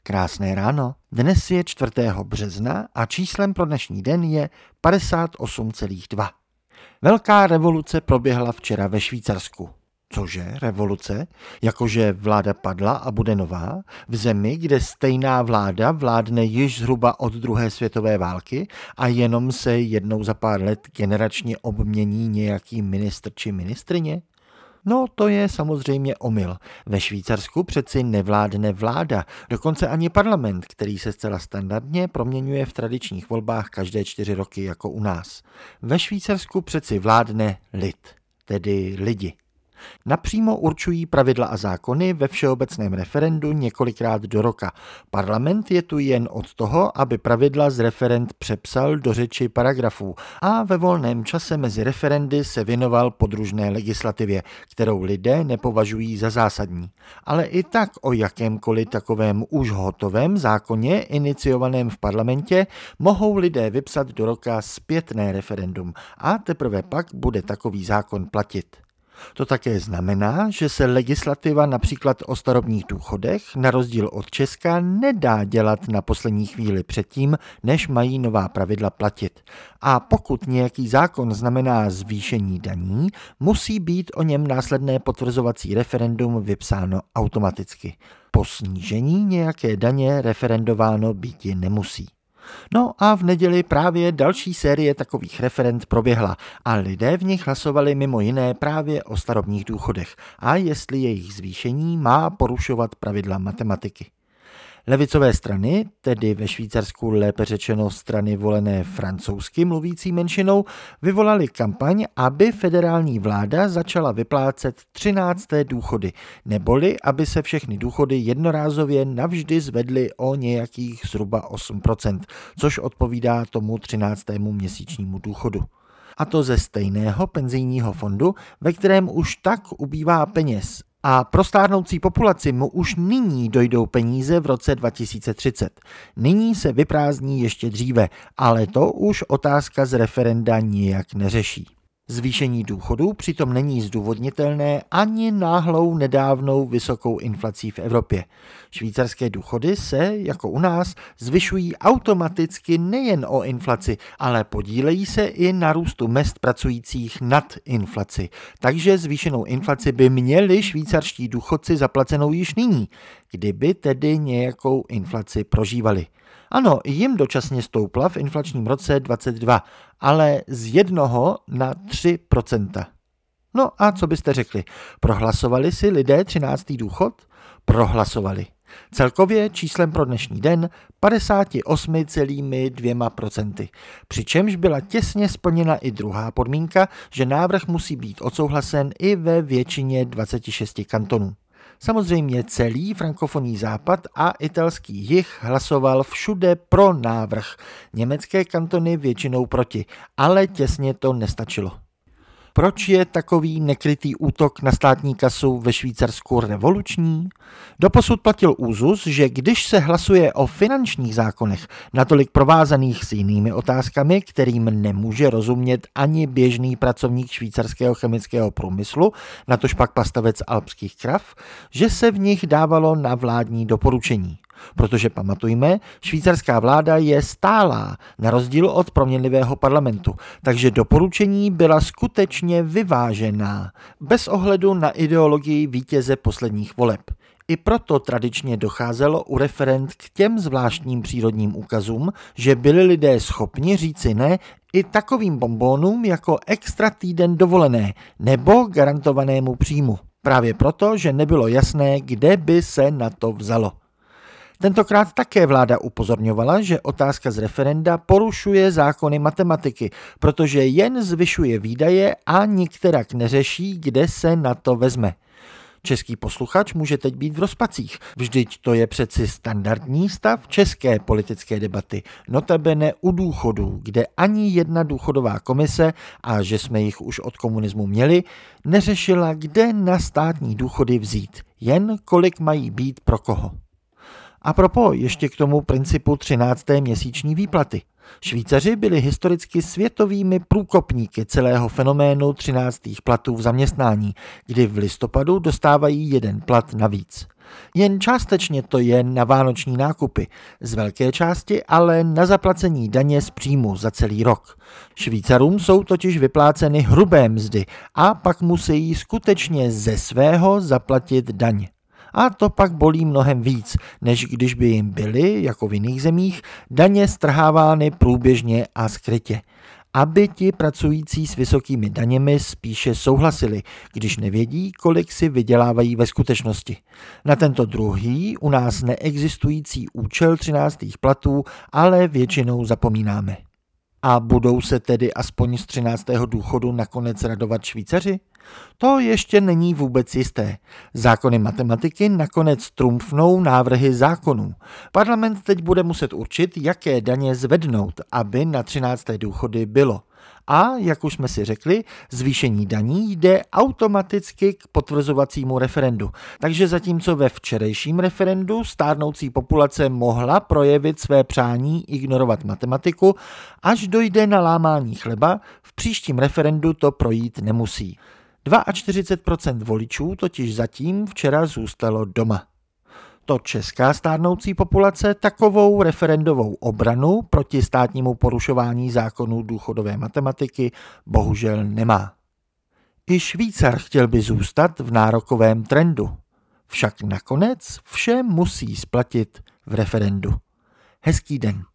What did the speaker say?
Krásné ráno. Dnes je 4. března a číslem pro dnešní den je 58,2. Velká revoluce proběhla včera ve Švýcarsku. Cože revoluce? Jakože vláda padla a bude nová? V zemi, kde stejná vláda vládne již zhruba od druhé světové války a jenom se jednou za pár let generačně obmění nějaký ministr či ministryně? No, to je samozřejmě omyl. Ve Švýcarsku přeci nevládne vláda, dokonce ani parlament, který se zcela standardně proměňuje v tradičních volbách každé 4 roky jako u nás. Ve Švýcarsku přeci vládne lid, tedy lidi. Napřímo určují pravidla a zákony ve všeobecném referendu několikrát do roka. Parlament je tu jen od toho, aby pravidla z referend přepsal do řeči paragrafů a ve volném čase mezi referendy se věnoval podružné legislativě, kterou lidé nepovažují za zásadní. Ale i tak o jakémkoliv takovém už hotovém zákoně iniciovaném v parlamentě mohou lidé vypsat do roka zpětné referendum a teprve pak bude takový zákon platit. To také znamená, že se legislativa například o starobních důchodech na rozdíl od Česka nedá dělat na poslední chvíli předtím, než mají nová pravidla platit. A pokud nějaký zákon znamená zvýšení daní, musí být o něm následné potvrzovací referendum vypsáno automaticky. Po snížení nějaké daně referendováno býti nemusí. No a v neděli právě další série takových referend proběhla a lidé v nich hlasovali mimo jiné právě o starobních důchodech a jestli jejich zvýšení má porušovat pravidla matematiky. Levicové strany, tedy ve Švýcarsku lépe řečeno strany volené francouzsky mluvící menšinou, vyvolali kampaň, aby federální vláda začala vyplácet 13. důchody, neboli aby se všechny důchody jednorázově navždy zvedly o nějakých zhruba 8%, což odpovídá tomu 13. měsíčnímu důchodu. A to ze stejného penzijního fondu, ve kterém už tak ubývá peněz. A pro stárnoucí populaci mu už nyní dojdou peníze v roce 2030. Nyní se vyprázdní ještě dříve, ale to už otázka z referenda nijak neřeší. Zvýšení důchodů přitom není zdůvodnitelné ani náhlou nedávnou vysokou inflací v Evropě. Švýcarské důchody se, jako u nás, zvyšují automaticky nejen o inflaci, ale podílejí se i na růstu mezd pracujících nad inflaci. Takže zvýšenou inflaci by měli švýcarští důchodci zaplacenou již nyní, kdyby tedy nějakou inflaci prožívali. Ano, jim dočasně stoupla v inflačním roce 22, ale z 1 na 3%. No a co byste řekli? Prohlasovali si lidé 13. důchod? Prohlasovali. Celkově číslem pro dnešní den 58,2%. Přičemž byla těsně splněna i druhá podmínka, že návrh musí být odsouhlasen i ve většině 26 kantonů. Samozřejmě celý frankofonní západ a italský jih hlasoval všude pro návrh, německé kantony většinou proti, ale těsně to nestačilo. Proč je takový nekrytý útok na státní kasu ve Švýcarsku revoluční? Doposud platil úzus, že když se hlasuje o finančních zákonech, natolik provázaných s jinými otázkami, kterým nemůže rozumět ani běžný pracovník švýcarského chemického průmyslu, natož pak pastavec alpských krav, že se v nich dávalo na vládní doporučení. Protože pamatujme, švýcarská vláda je stálá, na rozdíl od proměnlivého parlamentu, takže doporučení byla skutečně vyvážená, bez ohledu na ideologii vítěze posledních voleb. I proto tradičně docházelo u referend k těm zvláštním přírodním úkazům, že byli lidé schopni říci ne i takovým bonbónům jako extra týden dovolené nebo garantovanému příjmu. Právě proto, že nebylo jasné, kde by se na to vzalo. Tentokrát také vláda upozorňovala, že otázka z referenda porušuje zákony matematiky, protože jen zvyšuje výdaje a nikterak neřeší, kde se na to vezme. Český posluchač může teď být v rozpacích, vždyť to je přeci standardní stav české politické debaty, notabene u důchodů, kde ani jedna důchodová komise, a že jsme jich už od komunismu měli, neřešila, kde na státní důchody vzít, jen kolik mají být pro koho. A propos ještě k tomu principu 13. měsíční výplaty. Švýcaři byli historicky světovými průkopníky celého fenoménu 13. platů v zaměstnání, kdy v listopadu dostávají jeden plat navíc. Jen částečně to je na vánoční nákupy, z velké části ale na zaplacení daně z příjmu za celý rok. Švýcarům jsou totiž vypláceny hrubé mzdy a pak musí skutečně ze svého zaplatit daň. A to pak bolí mnohem víc, než když by jim byly, jako v jiných zemích, daně strhávány průběžně a skrytě. Aby ti pracující s vysokými daněmi spíše souhlasili, když nevědí, kolik si vydělávají ve skutečnosti. Na tento druhý, u nás neexistující účel 13. platů, ale většinou zapomínáme. A budou se tedy aspoň z 13. důchodu nakonec radovat Švýcaři? To ještě není vůbec jisté. Zákony matematiky nakonec trumfnou návrhy zákonů. Parlament teď bude muset určit, jaké daně zvednout, aby na 13. důchody bylo. A, jak už jsme si řekli, zvýšení daní jde automaticky k potvrzovacímu referendu. Takže zatímco ve včerejším referendu stárnoucí populace mohla projevit své přání ignorovat matematiku, až dojde na lámání chleba, v příštím referendu to projít nemusí. 42% voličů totiž zatím včera zůstalo doma. To česká stárnoucí populace takovou referendovou obranu proti státnímu porušování zákonů důchodové matematiky bohužel nemá. I Švýcar chtěl by zůstat v nárokovém trendu. Však nakonec vše musí splatit v referendu. Hezký den.